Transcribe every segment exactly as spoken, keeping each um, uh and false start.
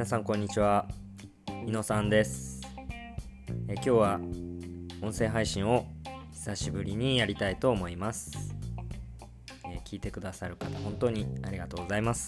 皆さんこんにちは、井野さんです。え今日は音声配信を久しぶりにやりたいと思います。え聞いてくださる方本当にありがとうございます。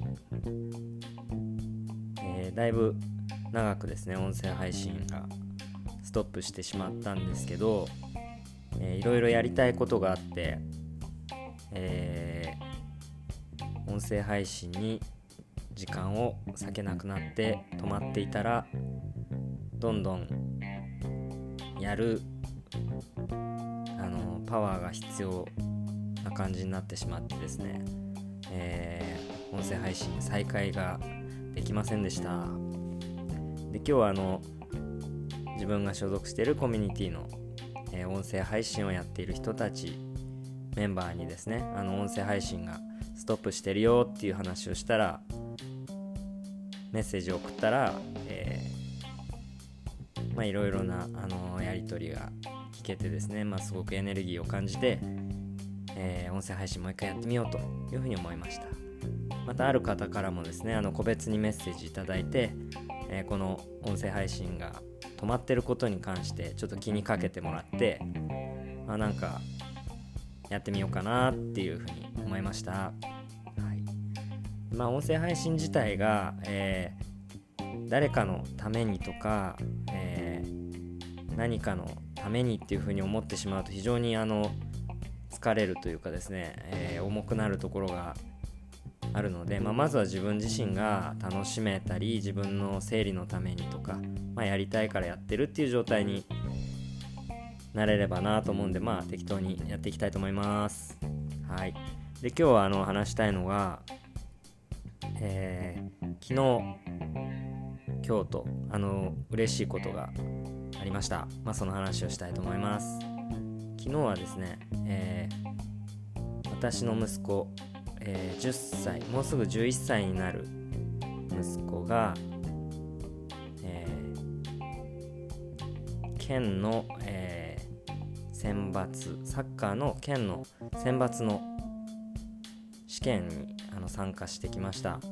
えー、だいぶ長くですね音声配信がストップしてしまったんですけど、えー、いろいろやりたいことがあって、えー、音声配信に時間を割けなくなって止まっていたら、どんどんやるあのパワーが必要な感じになってしまってですね、えー、音声配信再開ができませんでした。で今日はあの自分が所属しているコミュニティの、えー、音声配信をやっている人たちメンバーにですね、あの音声配信がストップしてるよっていう話をしたら、メッセージを送ったら、えー、まあいろいろなあのやり取りが聞けてですね、まあすごくエネルギーを感じて、えー、音声配信もう一回やってみようというふうに思いました。またある方からもですね、あの個別にメッセージいただいて、えー、この音声配信が止まってることに関してちょっと気にかけてもらって、まあなんかやってみようかなっていうふうに思いました。まあ、音声配信自体が、えー、誰かのためにとか、えー、何かのためにっていうふうに思ってしまうと非常にあの疲れるというかですね、えー、重くなるところがあるので、まあ、まずは自分自身が楽しめたり、自分の整理のためにとか、まあ、やりたいからやってるっていう状態になれればなと思うんで、まあ適当にやっていきたいと思います。はい。で今日はあの話したいのが、えー、昨日今日とあの嬉しいことがありました。まあその話をしたいと思います。昨日はですね、えー、私の息子、えー、じゅっさい、もうすぐじゅういっさいになる息子が、えー、県の、えー、選抜サッカーの県の選抜の試験にあの参加してきました。はい。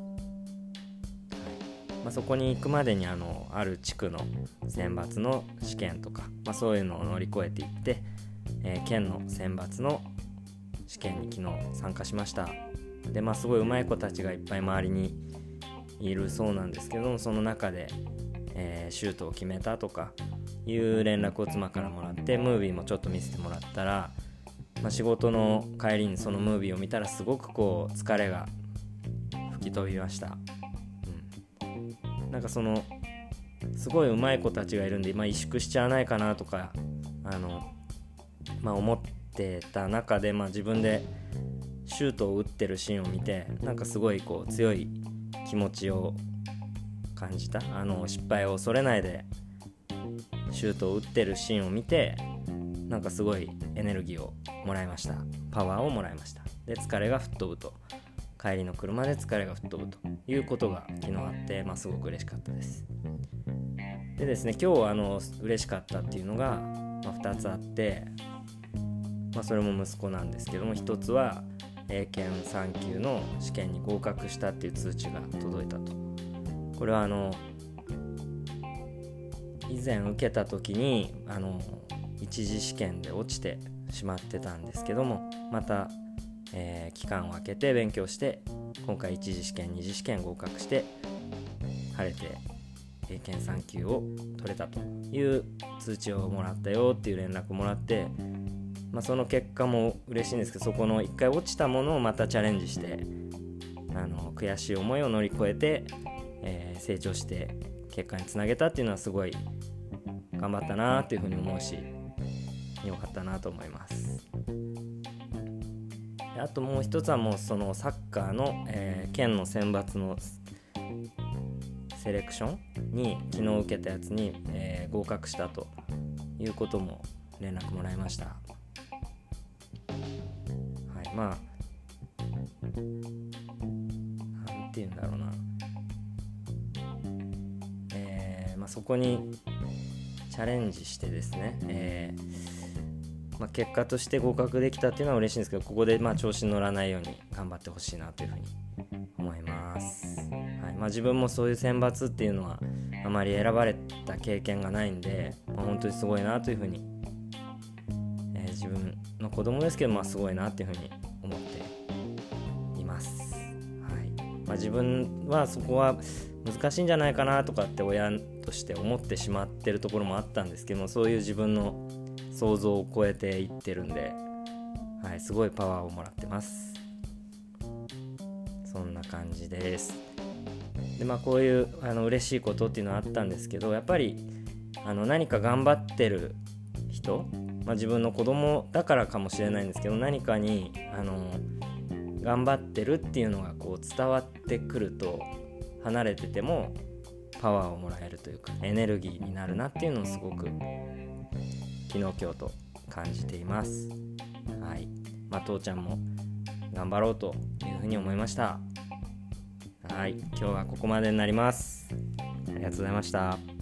まあ、そこに行くまでにあのある地区の選抜の試験とか、まあ、そういうのを乗り越えていって、えー、県の選抜の試験に昨日参加しました。でまあすごい上手い子たちがいっぱい周りにいるそうなんですけども、その中で、えー、シュートを決めたとかいう連絡を妻からもらって、ムービーもちょっと見せてもらったら、まあ、仕事の帰りにそのムービーを見たらすごくこう疲れが吹き飛びました。うん、なんかそのすごい上手い子たちがいるんで、まあ、萎縮しちゃわないかなとかあの、まあ、思ってた中で、まあ、自分でシュートを打ってるシーンを見て、なんかすごいこう強い気持ちを感じた。あの失敗を恐れないでシュートを打ってるシーンを見て、なんかすごいエネルギーをもらいました。パワーをもらいました。で疲れが吹っ飛ぶと、帰りの車で疲れが吹っ飛ぶということが昨日あって、まあ、すごく嬉しかったです。でですね、今日あの嬉しかったっていうのが、まあ、ふたつあって、まあ、それも息子なんですけども、ひとつは英検さん級の試験に合格したっていう通知が届いたと。これはあの以前受けた時にあの一次試験で落ちてしまってたんですけども、また、えー、期間を空けて勉強して、今回一次試験二次試験合格して晴れて英検さん級を取れたという通知をもらったよっていう連絡をもらって、まあ、その結果も嬉しいんですけど、そこの一回落ちたものをまたチャレンジして、あの悔しい思いを乗り越えて、えー、成長して結果につなげたっていうのはすごい頑張ったなっていうふうに思うし、良かったなと思います。あともう一つはもうそのサッカーの、えー、県の選抜のセレクションに昨日受けたやつに、えー、合格したということも連絡もらいました。はい、まあなんていうんだろうな、えーまあ、そこにチャレンジしてですね、えーまあ、結果として合格できたっていうのは嬉しいんですけど、ここでまあ調子に乗らないように頑張ってほしいなというふうに思います。はい、ままあ、自分もそういう選抜っていうのはあまり選ばれた経験がないんで、まあ、本当にすごいなというふうに、えー、自分の子供ですけど、まあ、すごいなというふうに思っています。はいまあ、自分はそこは難しいんじゃないかなとかって親として思ってしまってるところもあったんですけども、そういう自分の想像を超えていってるんで、はい、すごいパワーをもらってます。そんな感じです。で、まあ、こういうあの嬉しいことっていうのはあったんですけど、やっぱりあの何か頑張ってる人、まあ、自分の子供だからかもしれないんですけど、何かにあの頑張ってるっていうのがこう伝わってくると、離れててもパワーをもらえるというかエネルギーになるなっていうのをすごく昨日今日と感じています。はい、まあ、父ちゃんも頑張ろうというふうに思いました。はい、今日はここまでになります。ありがとうございました。